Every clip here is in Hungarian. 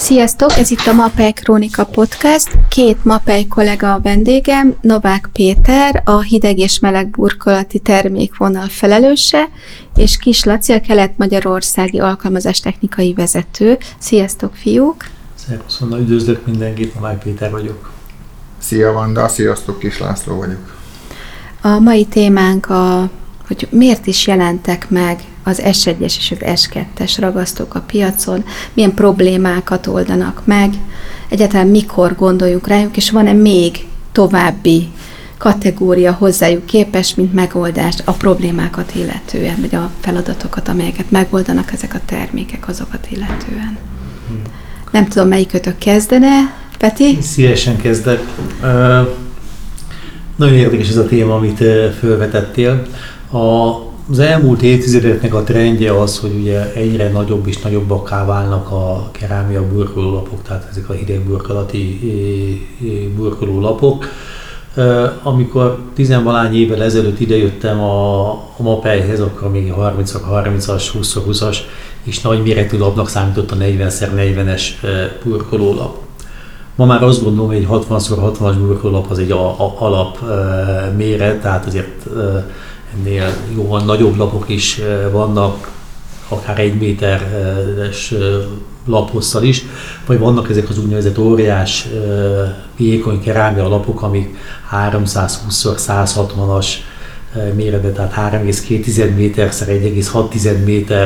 Sziasztok! Ez itt a Mapei Krónika Podcast. Két Mapei kollega a vendégem, Novák Péter, a hideg és meleg burkolati termékvonal felelőse, és Kis Laci, a kelet-magyarországi alkalmazástechnikai vezető. Sziasztok, fiúk! Szervusz, Anna, üdvözlök mindenkit, Novák Péter vagyok. Szia, Vanda! Sziasztok, Kis László vagyok. A mai témánk hogy miért is jelentek meg az S1-es és az S2-es ragasztók a piacon, milyen problémákat oldanak meg, egyáltalán mikor gondoljuk rájuk, és van-e még további kategória hozzájuk képes, mint megoldást a problémákat illetően, vagy a feladatokat, amelyeket megoldanak ezek a termékek, azokat illetően. Nem tudom, melyikötök kezdene, Peti? Szívesen kezdek. Nagyon érdekes ez a téma, amit felvetettél. Az elmúlt évtizedeknek a trendje az, hogy ugye egyre nagyobb és nagyobbakká válnak a kerámia burkolólapok, tehát ezek a hideg burkolati burkolólapok. Amikor 10-valány évvel ezelőtt idejöttem a Mapeihez, akkor még 30x30-as, 20x20-as és nagy méretű lapnak számított a 40x40-es burkolólap. Ma már azt gondolom, hogy egy 60x60-as burkolólap az egy alap méret, tehát azért ennél jóval nagyobb lapok is vannak, akár 1 méteres laphosszal is, vagy vannak ezek az úgynevezett óriás vékony kerámia lapok, amik 320x160-as méretben, tehát 3,2 méterszer 1,6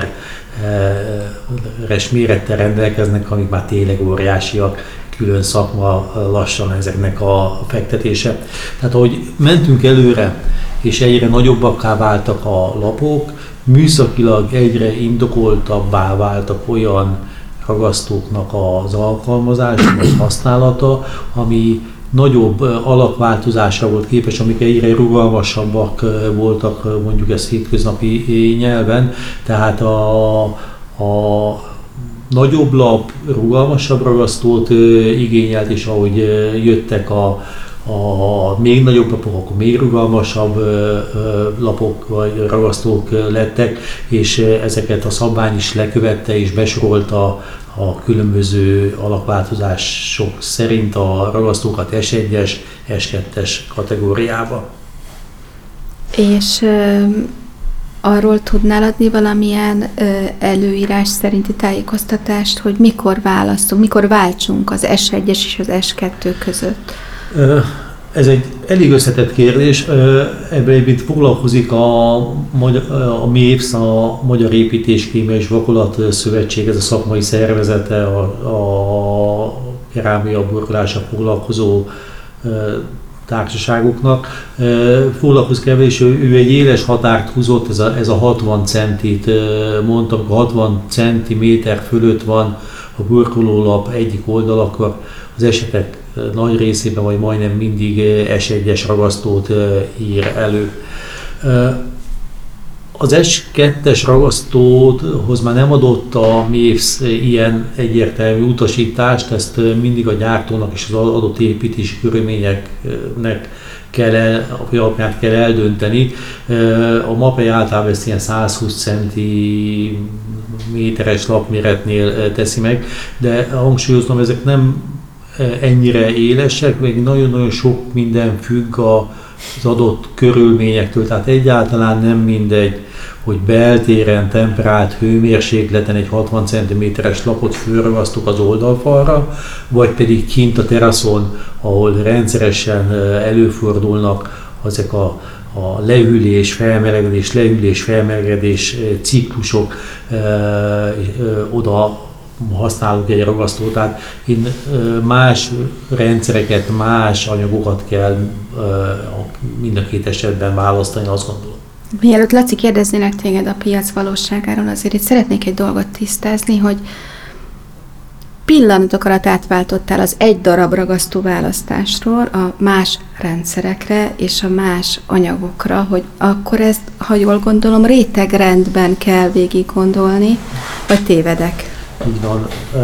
méteres mérettel rendelkeznek, amik már tényleg óriásiak, külön szakma lassan ezeknek a fektetése. Tehát ahogy mentünk előre, és egyre nagyobbakká váltak a lapok, műszakilag egyre indokoltabbá váltak olyan ragasztóknak az alkalmazása vagy használata, ami nagyobb alakváltozásra volt képes, amik egyre rugalmasabbak voltak, mondjuk ezt hétköznapi nyelven, tehát a nagyobb lap, rugalmasabb ragasztót igényelt, és ahogy jöttek a még nagyobb lapok, akkor még rugalmasabb lapok vagy ragasztók lettek, és ezeket a szabvány is lekövette és besorolta a különböző alakváltozások szerint a ragasztókat S1-es, S2-es kategóriába. És arról tudnál adni valamilyen előírás szerinti tájékoztatást, hogy mikor választunk, mikor váltsunk az S1-es és az S2 között? Ez egy elég összetett kérdés. Ebben egyébként foglalkozik a MÉVSZ, a Magyar Építéskémia és Vakolat Szövetség, ez a szakmai szervezete a kerámia burkolással foglalkozó társaságoknak. Foglalkozik ebben, és ő egy éles határt húzott, ez a 60 centit mondta, amikor 60 centiméter fölött van a burkolólap egyik oldal, akkor az esetek nagy részében, vagy majdnem mindig S1-es ragasztót ír elő. Az S2-es ragasztóhoz már nem adott a MÉVSZ ilyen egyértelmű utasítást, ezt mindig a gyártónak és az adott építési körülményeknek alapján kell eldönteni. A Mapei általában ezt ilyen 120 cm-es lapméretnél teszi meg, de hangsúlyozom, ezek nem ennyire élesek, még nagyon-nagyon sok minden függ az adott körülményektől, tehát egyáltalán nem mindegy, hogy beltéren, temperált hőmérsékleten egy 60 cm-es lapot fölragasztok az oldalfalra, vagy pedig kint a teraszon, ahol rendszeresen előfordulnak ezek a leülés-felmelegedés ciklusok, oda használunk egy ragasztót, tehát én más rendszereket, más anyagokat kell mind a két esetben választani, azt gondolom. Mielőtt Laci kérdeznének téged a piac valóságáról, azért itt szeretnék egy dolgot tisztázni, hogy pillanatok alatt átváltottál az egy darab ragasztó választásról a más rendszerekre és a más anyagokra, hogy akkor ezt, ha jól gondolom, rétegrendben kell végig gondolni, vagy tévedek? Így van.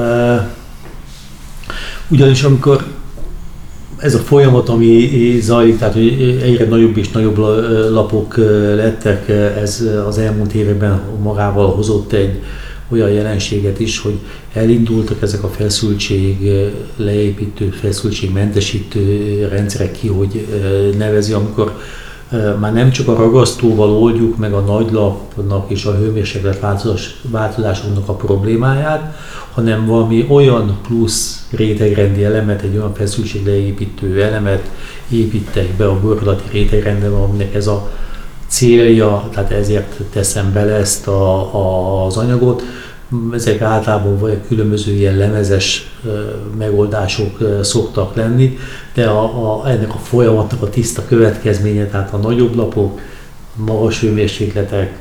Ugyanis ez a folyamat, ami zajlik, tehát hogy egyre nagyobb és nagyobb lapok lettek, ez az elmúlt években magával hozott egy olyan jelenséget is, hogy elindultak ezek a feszültség leépítő, feszültségmentesítő rendszerek ki, hogy nevezi, amikor már nem csak a ragasztóval oldjuk meg a nagylapnak és a hőmérséklet változásoknak a problémáját, hanem valami olyan plusz rétegrendi elemet, egy olyan feszültségleépítő elemet építek be a burkolati rétegrendbe, aminek ez a célja, tehát ezért teszem bele ezt az anyagot. Ezek általában vagy különböző ilyen lemezes megoldások szoktak lenni, de ennek a folyamatnak a tiszta következménye, tehát a nagyobb lapok, magas hőmérsékletek,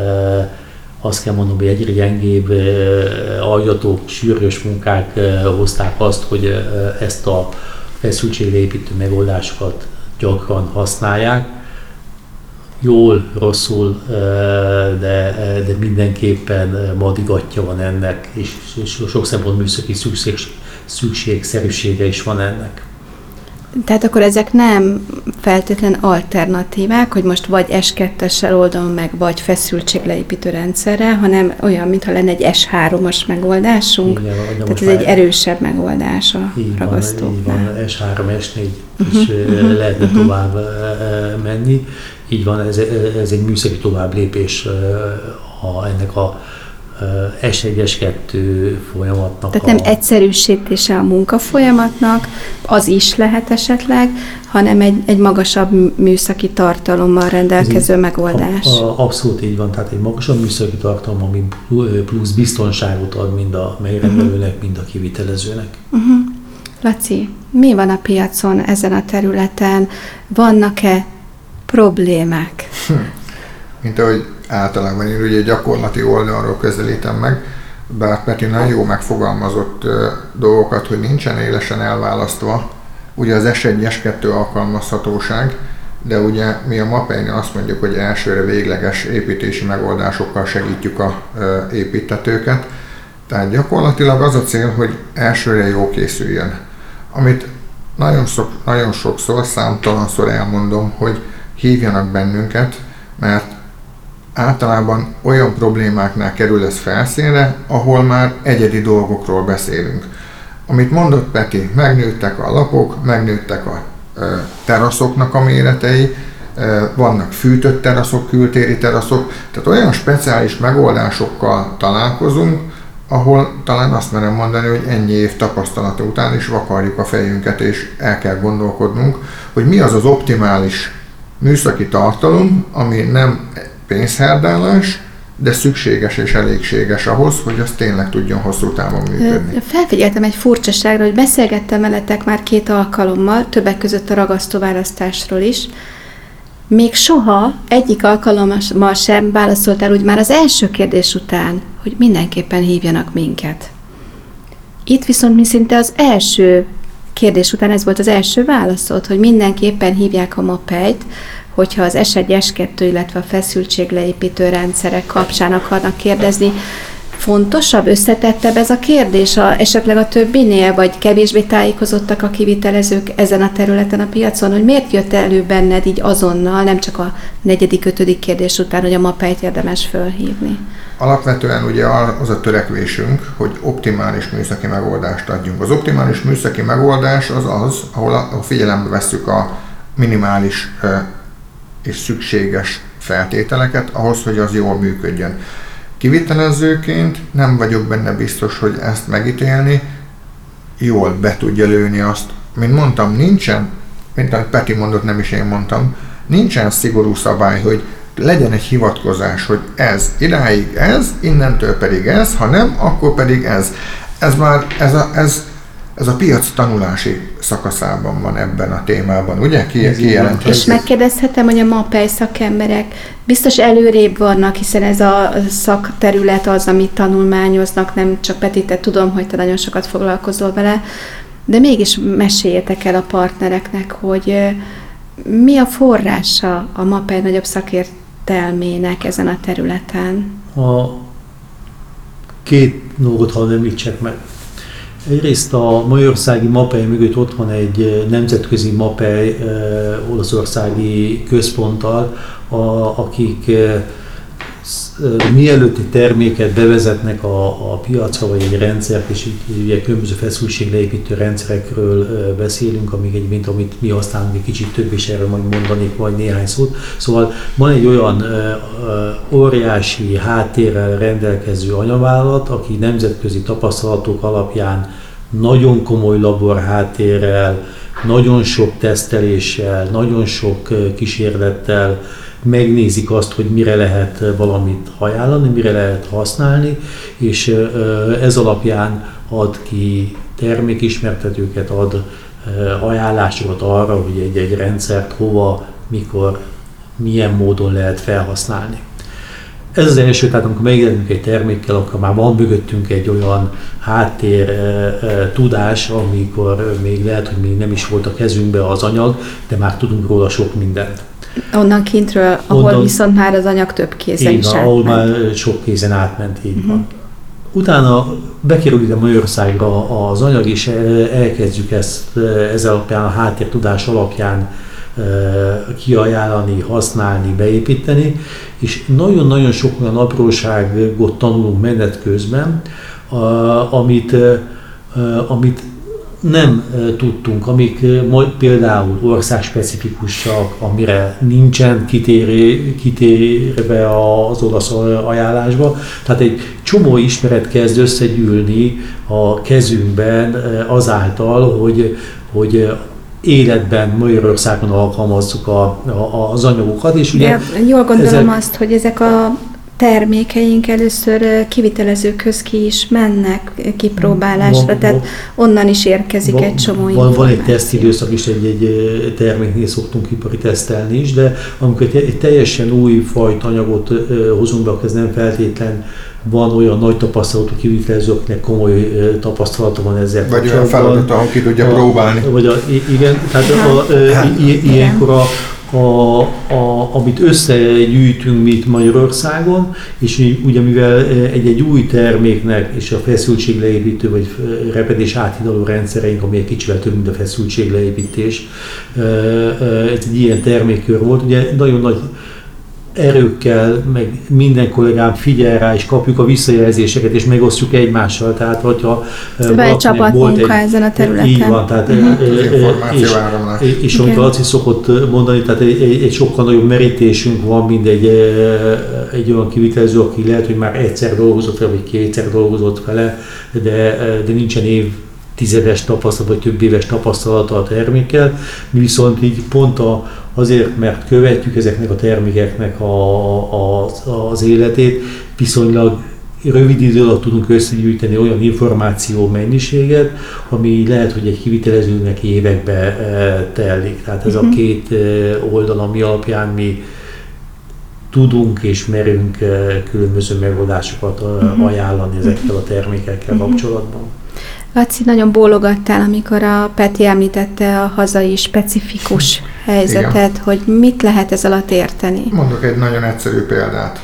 azt kell mondom, hogy egyre gyengébb aljatok, sűrös munkák hozták azt, hogy ezt a feszültségleépítő megoldásokat gyakran használják. Jól, rosszul, de mindenképpen madigatja van ennek, és sok szempontból műszaki szükségszerűsége is van ennek. Tehát akkor ezek nem feltétlen alternatívák, hogy most vagy S2-essel oldom meg, vagy feszültségleépítő rendszerrel, hanem olyan, mintha lenne egy S3-as megoldásunk. Igen, tehát ez egy erősebb megoldás a ragasztóknál. Így van, S3, S4 is lehetne tovább menni. Így van, ez egy műszaki továbblépés ennek a S1, S2 folyamatnak. Tehát nem egyszerűsítése a munkafolyamatnak, az is lehet esetleg, hanem egy magasabb műszaki tartalommal rendelkező megoldás. Abszolút így van, tehát egy magasabb műszaki tartalom, ami plusz biztonságot ad mind a megrendelőnek, mind a kivitelezőnek. Laci, mi van a piacon ezen a területen? Vannak-e problémák? Mint ahogy általában én ugye gyakorlati oldalról közelítem meg, bár Peti nagyon jó megfogalmazott dolgokat, hogy nincsen élesen elválasztva ugye az S1, S2 alkalmazhatóság, de ugye mi a MAPEI-nél azt mondjuk, hogy elsőre végleges építési megoldásokkal segítjük a építtetőket, tehát gyakorlatilag az a cél, hogy elsőre jó készüljön. Amit nagyon sokszor, számtalanszor elmondom, hogy hívjanak bennünket, mert általában olyan problémáknál kerül ez felszínre, ahol már egyedi dolgokról beszélünk. Amit mondott Peti, megnőttek a lapok, megnőttek a teraszoknak a méretei, vannak fűtött teraszok, kültéri teraszok, tehát olyan speciális megoldásokkal találkozunk, ahol talán azt merem mondani, hogy ennyi év tapasztalata után is vakarjuk a fejünket, és el kell gondolkodnunk, hogy mi az az optimális műszaki tartalom, ami nem pénzherdálás, de szükséges és elégséges ahhoz, hogy az tényleg tudjon hosszú távon működni. Felfigyeltem egy furcsaságra, hogy beszélgettem veletek már 2 alkalommal, többek között a ragasztóválasztásról is. Még soha egyik alkalommal sem válaszoltál úgy már az első kérdés után, hogy mindenképpen hívjanak minket. Itt viszont mi szinte az első kérdés után ez volt az első válaszod, hogy mindenképpen hívják a MAPEI-t, hogyha az S1, S2, illetve a feszültségleépítő rendszerek kapcsán akarnak kérdezni. Fontosabb, összetettebb ez a kérdés esetleg a többinél, vagy kevésbé tájékozottak a kivitelezők ezen a területen a piacon, hogy miért jött elő benned így azonnal, nem csak a 4., 5. kérdés után, hogy a MAPEI-t érdemes fölhívni? Alapvetően ugye az a törekvésünk, hogy optimális műszaki megoldást adjunk. Az optimális műszaki megoldás az, ahol figyelembe vesszük a minimális és szükséges feltételeket ahhoz, hogy az jól működjön. Kivitelezőként nem vagyok benne biztos, hogy ezt megítélni, jól be tudja lőni azt. Mint mondtam, nincsen, mint ahogy Peti mondott, nem is én mondtam, nincsen szigorú szabály, hogy legyen egy hivatkozás, hogy ez idáig ez, innentől pedig ez, ha nem, akkor pedig ez. Ez a piac tanulási szakaszában van ebben a témában, ugye? Kijelenthető. És megkérdezhetem, hogy a MAPEI szakemberek biztos előrébb vannak, hiszen ez a szakterület az, amit tanulmányoznak, nem csak Peti, te tudom, hogy te nagyon sokat foglalkozol vele, de mégis meséljetek el a partnereknek, hogy mi a forrása a MAPEI nagyobb szakértelmének ezen a területen? A 2 dolgot hadd említsek meg. Egyrészt a magyarországi MAPEI mögött ott van egy nemzetközi MAPEI olaszországi központtal, akik mielőtt egy terméket bevezetnek a piacra, vagy egy rendszert, és így ugye különböző feszültségleépítő rendszerekről beszélünk, amit mi használunk, egy kicsit több is erről majd mondanék, vagy néhány szót. Szóval van egy olyan óriási háttérrel rendelkező anyavállalat, aki nemzetközi tapasztalatok alapján nagyon komoly laborháttérrel, nagyon sok teszteléssel, nagyon sok kísérlettel megnézik azt, hogy mire lehet valamit ajánlani, mire lehet használni, és ez alapján ad ki termékismertetőket, ad ajánlásokat arra, hogy egy rendszert hova, mikor, milyen módon lehet felhasználni. Ez az első, tehát amikor megjelenünk egy termékkel, akkor már van mögöttünk egy olyan háttér tudás, amikor még lehet, hogy még nem is volt a kezünkbe az anyag, de már tudunk róla sok mindent. Onnan kintről, ahol viszont már az anyag több kézen is átment. Ahol már sok kézen átment, így van. Utána bekerül ide Magyarországra az anyag, és elkezdjük ezt ez alapján, a háttértudás alapján kiajánlani, használni, beépíteni, és nagyon-nagyon sok olyan apróságot tanulunk menet közben, amit nem tudtunk, amik például országspecifikusak, amire nincsen kitérve az olasz ajánlásba. Tehát egy csomó ismeret kezd összegyűlni a kezünkben azáltal, hogy életben Magyarországon alkalmazzuk az anyagokat. És ugye jól gondolom azt, hogy ezek a termékeink először kivitelezőkhöz ki is mennek kipróbálásra, tehát onnan is érkezik egy csomó információ. Van egy tesztidőszak is, egy terméknél szoktunk ipari tesztelni is, de amikor egy teljesen új fajta anyagot hozunk be, akkor ez nem feltétlen van olyan nagy tapasztalatú kivitelezőknek komoly tapasztalata van ezzel. Vagy olyan feladat, ahol ki tudja próbálni. Igen, tehát ilyenkor amit összegyűjtünk mi itt Magyarországon, és ugye mivel egy új terméknek és a feszültségleépítő vagy repedés áthidaló rendszereink, ami egy kicsivel több, mint a feszültségleépítés, ez egy ilyen termékkör volt, ugye nagyon nagy erőkkel, meg minden kollégám figyel rá, és kapjuk a visszajelzéseket, és megosztjuk egymással. Tehát, hogyha egy csapatmunka ezen a területen. Így van, tehát és amit Laci szokott mondani, tehát egy sokkal nagyobb merítésünk van, mint egy olyan kivitelező, aki lehet, hogy már egyszer dolgozott vele, vagy kétszer dolgozott vele, de nincsen évtizedes tapasztalat, vagy több éves tapasztalata a termékkel. Mi viszont így pont azért, mert követjük ezeknek a termékeknek az életét, viszonylag rövid idő alatt tudunk összegyűjteni olyan információ mennyiséget, ami lehet, hogy egy kivitelezőnek évekbe telik. Tehát ez a két oldal, ami alapján mi tudunk és merünk különböző megoldásokat ajánlani ezekkel a termékekkel kapcsolatban. Laci, nagyon bólogattál, amikor a Peti említette a hazai specifikus helyzetet, igen, hogy mit lehet ez alatt érteni? Mondok egy nagyon egyszerű példát.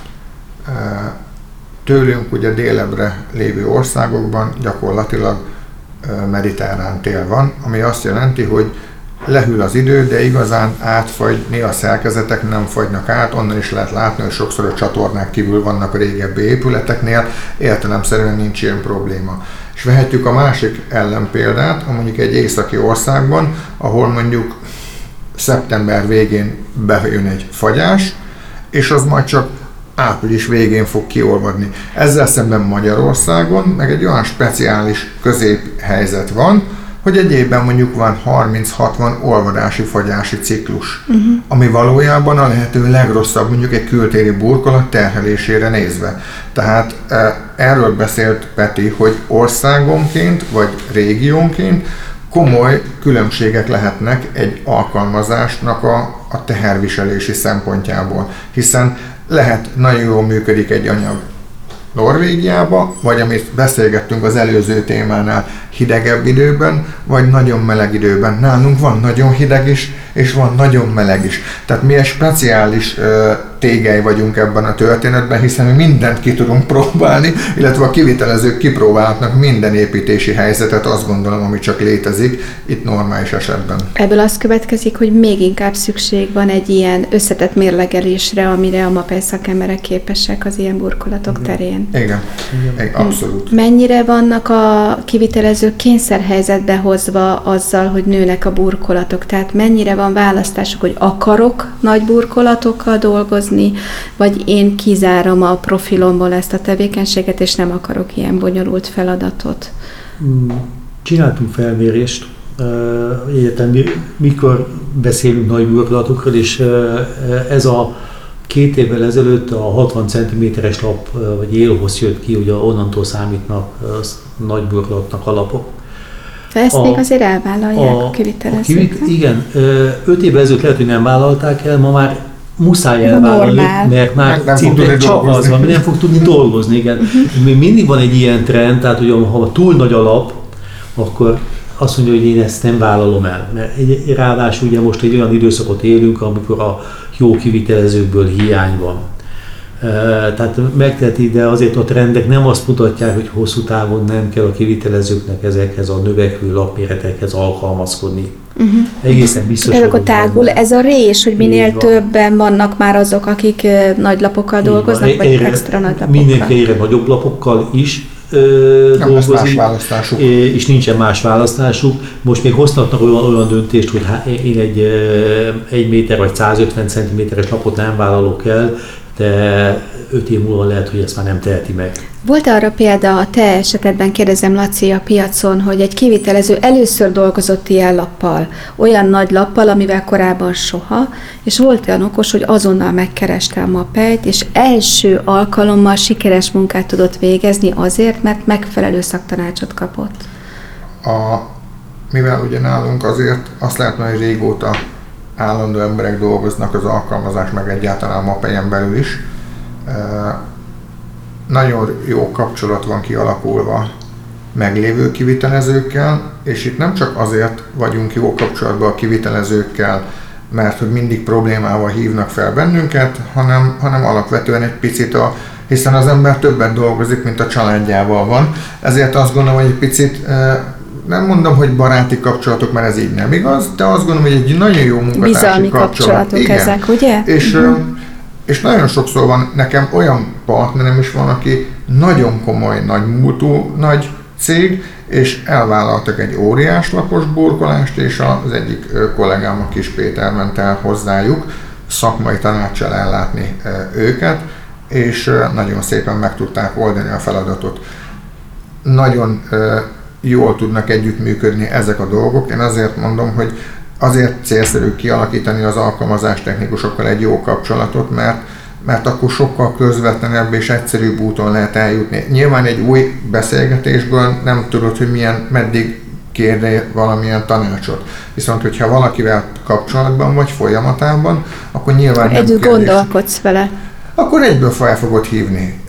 Tőlünk ugye délebbre lévő országokban gyakorlatilag mediterrán tél van, ami azt jelenti, hogy lehűl az idő, de igazán átfagyni a szerkezetek nem fagynak át, onnan is lehet látni, hogy sokszor a csatornák kívül vannak a régebbi épületeknél, értelemszerűen nincs ilyen probléma. És vehetjük a másik ellenpéldát, mondjuk egy északi országban, ahol mondjuk szeptember végén bejön egy fagyás, és az majd csak április végén fog kiolvadni. Ezzel szemben Magyarországon meg egy olyan speciális középhelyzet van, hogy egy évben mondjuk van 30-60 olvadási, fagyási ciklus, ami valójában a lehető legrosszabb, mondjuk egy kültéri burkolat terhelésére nézve. Tehát erről beszélt Peti, hogy országonként vagy régiónként komoly különbségek lehetnek egy alkalmazásnak a teherviselési szempontjából, hiszen lehet, nagyon jól működik egy anyag Norvégiába, vagy amit beszélgettünk az előző témánál, hidegebb időben, vagy nagyon meleg időben. Nálunk van nagyon hideg is, és van nagyon meleg is. Tehát mi egy speciális tégely vagyunk ebben a történetben, hiszen mi mindent ki tudunk próbálni, illetve a kivitelezők kipróbálhatnak minden építési helyzetet, azt gondolom, ami csak létezik, itt normális esetben. Ebből az következik, hogy még inkább szükség van egy ilyen összetett mérlegelésre, amire a MAPEI szakemberek képesek az ilyen burkolatok terén. Igen, abszolút. Mennyire vannak a kivitelezők kényszerhelyzetbe hozva azzal, hogy nőnek a burkolatok? Tehát mennyire van választásuk, hogy akarok nagy burkolatokkal dolgozni, vagy én kizárom a profilomból ezt a tevékenységet, és nem akarok ilyen bonyolult feladatot? Csináltunk felmérést, mikor beszélünk nagy burkolatokról, és ez a 2 évvel ezelőtt a 60 cm-es lap vagy élhossz jött ki, ugye onnantól számítnak nagy burkolatnak alapok. De ezt még azért elvállalják a kivitelezők. Igen, 5 évvel ezelőtt lehet, hogy nem vállalták el, ma már muszáj elvállalni, mert már csak az van, nem fog tudni dolgozni. Igen. Mindig van egy ilyen trend, tehát hogy ha túl nagy a lap, akkor azt mondja, hogy én ezt nem vállalom el. Mert ráadásul ugye most egy olyan időszakot élünk, amikor a jó kivitelezőkből hiány van. Tehát megteheti, de azért a trendek nem azt mutatják, hogy hosszú távon nem kell a kivitelezőknek ezekhez a növekvő lapméretekhez alkalmazkodni. Egészen biztos. Tehát akkor tágul ez a rés, hogy minél többen vannak már azok, akik nagy lapokkal dolgoznak, vagy extra nagy lapokkal. Mindenki egyre nagyobb lapokkal is dolgozik, és nincsen más választásuk. Most még hoztatnak olyan döntést, hogy én egy 1 méter vagy 150 cm-es lapot nem vállalok el, de 5 év múlva lehet, hogy ezt már nem teheti meg. Volt arra példa a te esetedben, kérdezem Laci, a piacon, hogy egy kivitelező először dolgozott ilyen lappal, olyan nagy lappal, amivel korábban soha, és volt olyan okos, hogy azonnal megkereste a MAPEI-t, és első alkalommal sikeres munkát tudott végezni azért, mert megfelelő szaktanácsot kapott. Mivel ugye nálunk azért azt lehet mondani, hogy régóta állandó emberek dolgoznak az alkalmazás, meg egyáltalán a MAPEI-en belül is. Nagyon jó kapcsolat van kialakulva meglévő kivitelezőkkel, és itt nem csak azért vagyunk jó kapcsolatban a kivitelezőkkel, mert hogy mindig problémával hívnak fel bennünket, hanem alapvetően egy picit hiszen az ember többet dolgozik, mint a családjával van. Ezért azt gondolom, hogy egy picit nem mondom, hogy baráti kapcsolatok, mert ez így nem igaz, de azt gondolom, hogy egy nagyon jó munkatársi bizalmi kapcsolatok igen. Ezek, ugye? És nagyon sokszor van, nekem olyan partnerem is van, aki nagyon komoly, nagy múltú, nagy cég, és elvállaltak egy óriás lapos burkolást, és az egyik kollégám, a Kis Péter ment el hozzájuk szakmai tanáccsal ellátni őket, és nagyon szépen meg tudták oldani a feladatot. Nagyon jól tudnak együttműködni ezek a dolgok. Én azért mondom, hogy azért célszerű kialakítani az alkalmazástechnikusokkal egy jó kapcsolatot, mert akkor sokkal közvetlenebb és egyszerűbb úton lehet eljutni. Nyilván egy új beszélgetésből nem tudod, hogy meddig kérni valamilyen tanácsot. Viszont, hogyha valakivel kapcsolatban vagy folyamatában, akkor nyilván nem kérdés. Gondolkodsz vele. Akkor egyből fel fogod hívni.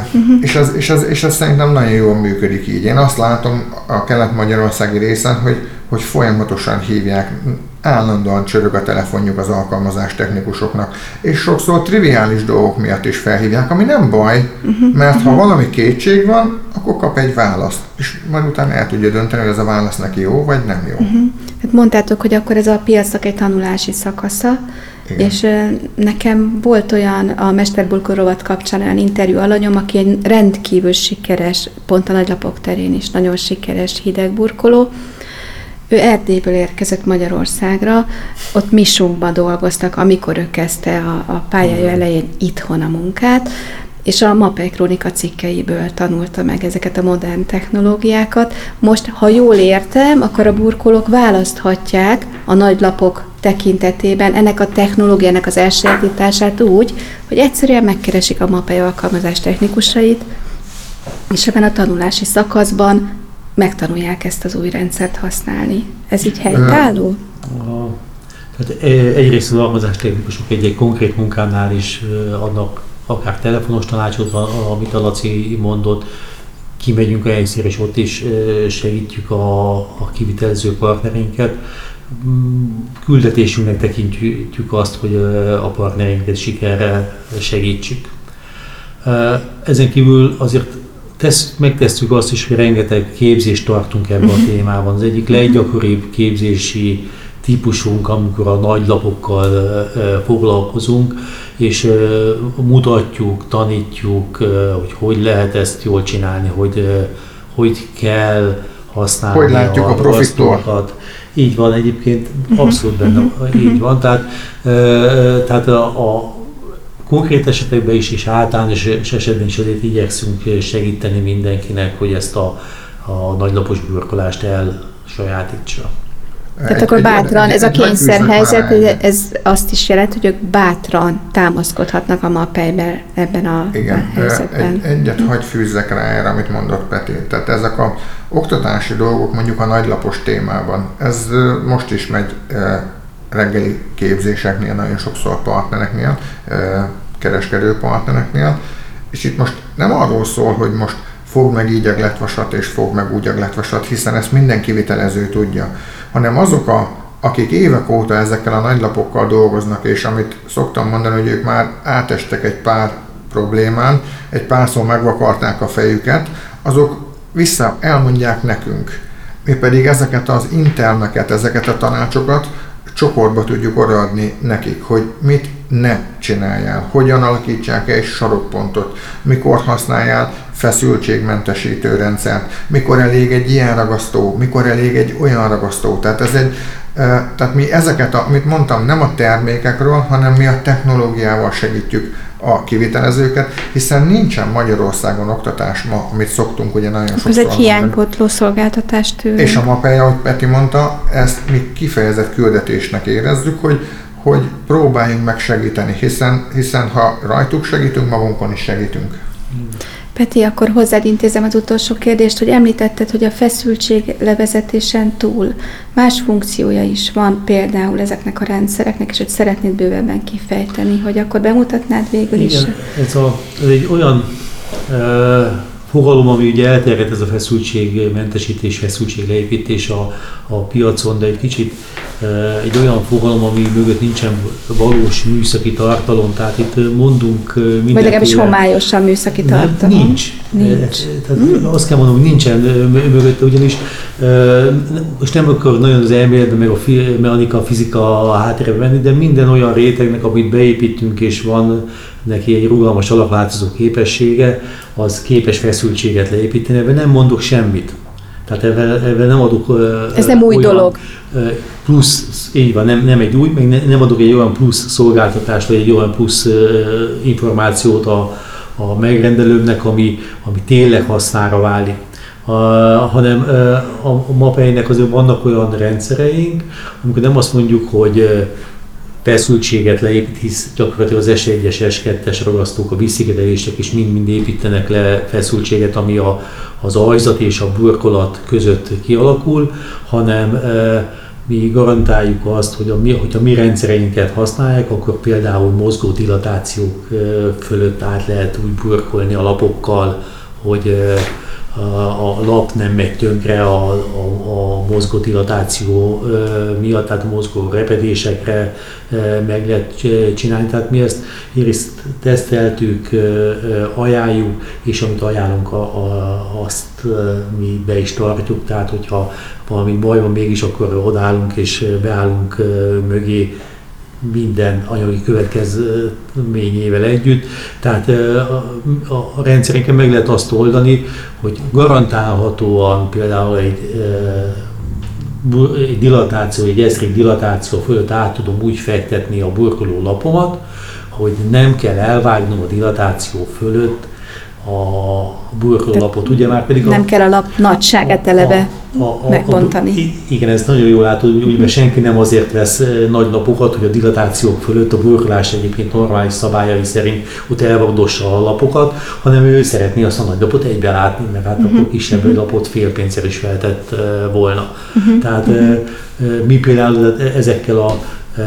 És ez szerintem nagyon jól működik így. Én azt látom a kelet-magyarországi részen, hogy folyamatosan hívják, állandóan csörög a telefonjuk az alkalmazástechnikusoknak, és sokszor triviális dolgok miatt is felhívják, ami nem baj, mert ha valami kétség van, akkor kap egy választ, és majd utána el tudja dönteni, hogy ez a válasz neki jó, vagy nem jó. Hát mondtátok, hogy akkor ez a piacnak egy tanulási szakasza, igen. És nekem volt olyan a Mesterburkoló rovat kapcsán olyan interjú alanyom, aki egy rendkívül sikeres, pont a nagylapok terén is nagyon sikeres hidegburkoló. Ő Erdélyből érkezett Magyarországra, ott Misunkban dolgoztak, amikor ő kezdte a pályája elején itthon a munkát, és a MAPEI Krónika cikkeiből tanulta meg ezeket a modern technológiákat. Most, ha jól értem, akkor a burkolók választhatják a nagylapok tekintetében ennek a technológiának az elsajátítását úgy, hogy egyszerűen megkeresik a MAPEI alkalmazás technikusait, és ebben a tanulási szakaszban megtanulják ezt az új rendszert használni. Ez így helytálló? Tehát egyrészt az alkalmazástechnikusok egy konkrét munkánál is adnak akár telefonos tanácsot, amit a Laci mondott, kimegyünk a helyszínre, és ott is segítjük a kivitelező partnereinket. küldetésünknek tekintjük azt, hogy a partnereinket sikerrel segítsük. Ezen kívül azért megtesszük azt is, hogy rengeteg képzést tartunk ebben a témában. Az egyik leggyakoribb képzési típusunk, amikor a nagylapokkal foglalkozunk, és mutatjuk, tanítjuk, hogy lehet ezt jól csinálni, hogy kell használni hogy látjuk a profittól. Így van, egyébként abszolút benne így van. Tehát a konkrét esetekben is, és általános esetben is azért igyekszünk segíteni mindenkinek, hogy ezt a nagylapos burkolást elsajátítsa. Tehát akkor bátran, ez a kényszerhelyzet, ez azt is jelent, hogy ők bátran támaszkodhatnak a MAPEI-ben ebben a helyzetben. Egyet hagy fűzzek rá erre, amit mondott Peti. Tehát ezek a oktatási dolgok mondjuk a nagylapos témában, ez most is megy reggeli képzéseknél, nagyon sokszor partnereknél, kereskedő partnereknél, és itt most nem arról szól, hogy most fogd meg így a glettvasat és fogd meg úgy a glettvasat, hiszen ezt minden kivitelező tudja, hanem azok, akik évek óta ezekkel a nagylapokkal dolgoznak, és amit szoktam mondani, hogy ők már átestek egy pár problémán, egy párszor megvakarták a fejüket, azok vissza elmondják nekünk. Mi pedig ezeket az intelmeket, ezeket a tanácsokat csoportba tudjuk odaadni nekik, hogy mit ne csináljál, hogyan alakítsák egy sarokpontot, mikor használjál feszültségmentesítő rendszert, mikor elég egy ilyen ragasztó, mikor elég egy olyan ragasztó. Tehát mi ezeket, amit mondtam, nem a termékekről, hanem mi a technológiával segítjük a kivitelezőket, hiszen nincsen Magyarországon oktatás ma, amit szoktunk ugye nagyon sokszor. Ez egy hiánypótló szolgáltatás tőle. És a MAPEI, ahogy Peti mondta, ezt mi kifejezett küldetésnek érezzük, hogy próbáljunk meg segíteni, hiszen ha rajtuk segítünk, magunkon is segítünk. Peti, akkor hozzád intézem az utolsó kérdést, hogy említetted, hogy a feszültség levezetésen túl más funkciója is van például ezeknek a rendszereknek, és hogy szeretnéd bővebben kifejteni, hogy akkor bemutatnád végül is. Igen, ez egy olyan fogalom, ami ugye elterjedt, ez a feszültségmentesítés, feszültségleépítés a piacon, de egy kicsit egy olyan fogalom, ami mögött nincsen valós műszaki tartalom, tehát itt mondunk mindenféle... Vagy legalábbis homályosan műszaki tartalom. Nincs. Tehát azt kell mondanom, hogy nincsen mögötte, ugyanis most nem akar nagyon az elméletben, meg a mechanika, a fizika háttérbe venni, de minden olyan rétegnek, amit beépítünk, és van neki egy rugalmas alakváltozó képessége, az képes feszültséget leépíteni, ebben nem mondok semmit. Tehát ebben nem adok ez nem új dolog. Plusz, így van, nem egy új, meg nem adok egy olyan plusz szolgáltatást, vagy egy olyan plusz információt a megrendelőmnek, ami tényleg hasznára válik. Hanem a MAPEI-nek azért vannak olyan rendszereink, amikor nem azt mondjuk, hogy feszültséget leépít, hisz gyakorlatilag az S1-es, S2-es ragasztók, a visszigedelések is mind mind le feszültséget, ami az ajzat és a burkolat között kialakul, hanem mi garantáljuk azt, hogy a mi rendszereinket használják, akkor például mozgó dilatációk fölött át lehet úgy burkolni a lapokkal, hogy a lap nem megy tönkre a mozgó dilatáció miatt, tehát a mozgó repedésekre meg lehet csinálni. Tehát mi ezt teszteltük, ajánljuk, és amit ajánlunk, azt mi be is tartjuk. Tehát, hogyha valami baj van mégis, akkor odaállunk és beállunk mögé minden anyagi következményével együtt. Tehát a rendszerénken meg lehet azt oldani, hogy garantálhatóan például egy dilatáció, egy eszrék dilatáció fölött át tudom úgy fektetni a burkoló lapomat, hogy nem kell elvágnom a dilatáció fölött a burkolólapot, ugye már pedig nem kell a lap nagyságát eleve megbontani. Igen, ezt nagyon jól látod, úgy, mert senki nem azért vesz nagy lapokat, hogy a dilatációk fölött a burkolás egyébként normális szabályai szerint ott elvagdossa a lapokat, hanem ő szeretné azt a nagy lapot egybe látni, mert hát akkor kisebb lapot fél pénzért is feltett volna. Tehát mi például ezekkel a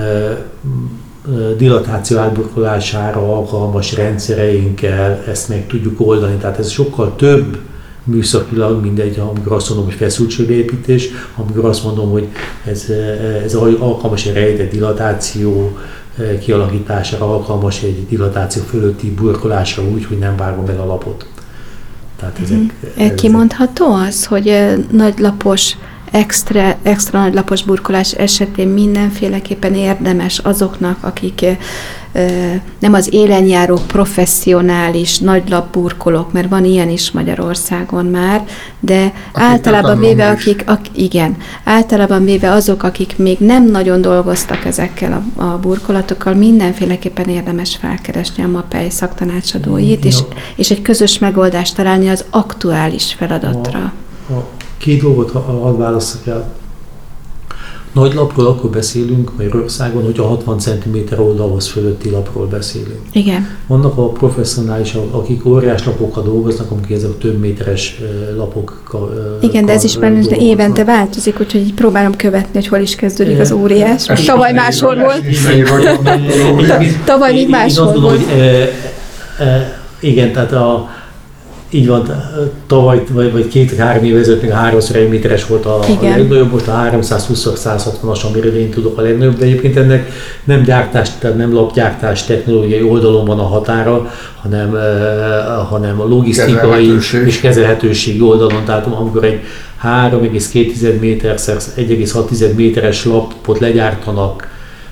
dilatáció átburkolására alkalmas rendszereinkkel ezt meg tudjuk oldani, tehát ez sokkal több műszakilag mindegy, amikor azt mondom, hogy feszültségépítés, amikor azt mondom, hogy ez alkalmas egy rejtett dilatáció kialakítására, alkalmas egy dilatáció fölötti burkolásra úgy, hogy nem vágom meg a lapot. Tehát Kimondható az, hogy nagylapos, extra nagylapos burkolás esetén mindenféleképpen érdemes azoknak, akik nem az élenjáró professzionális nagylapburkolók, mert van ilyen is Magyarországon már, de általában véve azok, akik még nem nagyon dolgoztak ezekkel a burkolatokkal, mindenféleképpen érdemes felkeresni a MAPEI szaktanácsadóit, és egy közös megoldást találni az aktuális feladatra. Két dolgot hadd válasszak el. Nagy lapról akkor beszélünk Magyarországon, hogy a 60 cm oldalhoz fölötti lapról beszélünk. Igen. Vannak a professzionálisok, akik óriás lapokkal dolgoznak, amik ezek több méteres lapokkal. Igen, de ez is benne évente változik, úgyhogy így próbálom követni, hogy hol is kezdődik az óriás. Tavaly máshol volt. Tavaly még máshol volt. Igen, tehát így van, tavaly vagy 2-3 év ezelőtt még a 3x1 méteres volt a legnagyobb, most a 320-160-as, amire én tudok a legnagyobb, de egyébként ennek nem gyártás, tehát nem lapgyártás technológiai oldalon van a határa, hanem a logisztikai és kezelhetőségi oldalon, tehát amikor egy 3,2 méter x 1,6 méteres lapot legyártanak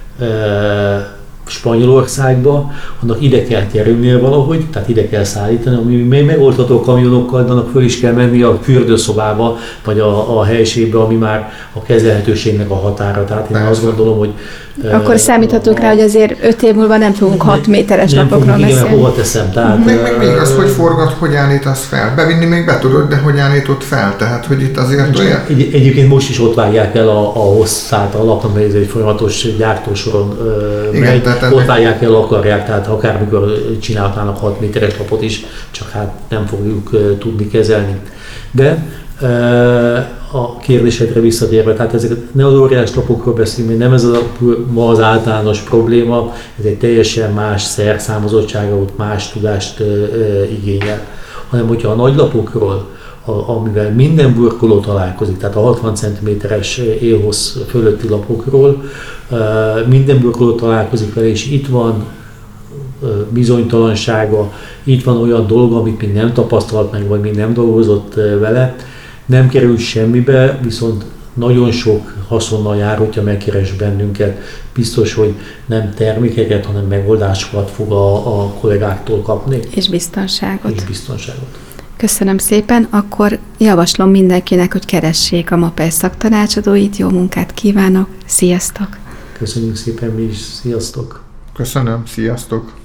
Spanyolországba, annak ide kell kerülnie valahogy, tehát ide kell szállítani, ami megoldható kamionokkal, de annak föl is kell menni a fürdőszobába, vagy a helyiségbe, ami már a kezelhetőségnek a határa. Tehát én azt gondolom, hogy... Akkor számíthatunk rá, hogy azért 5 év múlva nem fogunk 6 méteres lapokról beszélni. Igen, hova teszem. Tehát, még az, hogy forgat, hogy állítasz fel. Bevinni még be tudod, de hogy állítod fel. Tehát, hogy itt azért olyan... Egyébként most is ott vágják el a hosszát a lapnak, mert ez egy folyamatos gyártósoron megy. Ott vágják el, akarják, tehát akármikor csinálhatnának 6 méteres lapot is, csak hát nem fogjuk tudni kezelni. De a kérdésedre visszatérve, tehát ezek ne az óriás lapokról beszélünk, nem ez ma az általános probléma, ez egy teljesen más szerszámozottsága, más tudást igényel, hanem hogyha a nagy lapokról, amivel minden burkoló találkozik, tehát a 60 cm-es élhossz fölötti lapokról, minden burkoló találkozik vele, és itt van bizonytalansága, itt van olyan dolog, amit még nem tapasztalt meg, vagy még nem dolgozott vele, nem kerül semmibe, viszont nagyon sok haszonnal jár, hogyha megkeres bennünket. Biztos, hogy nem termékeket, hanem megoldásokat fog a kollégáktól kapni. És biztonságot. Köszönöm szépen, akkor javaslom mindenkinek, hogy keressék a MAPEI szaktanácsadóit, jó munkát kívánok, sziasztok! Köszönjük szépen mi is, sziasztok! Köszönöm, sziasztok!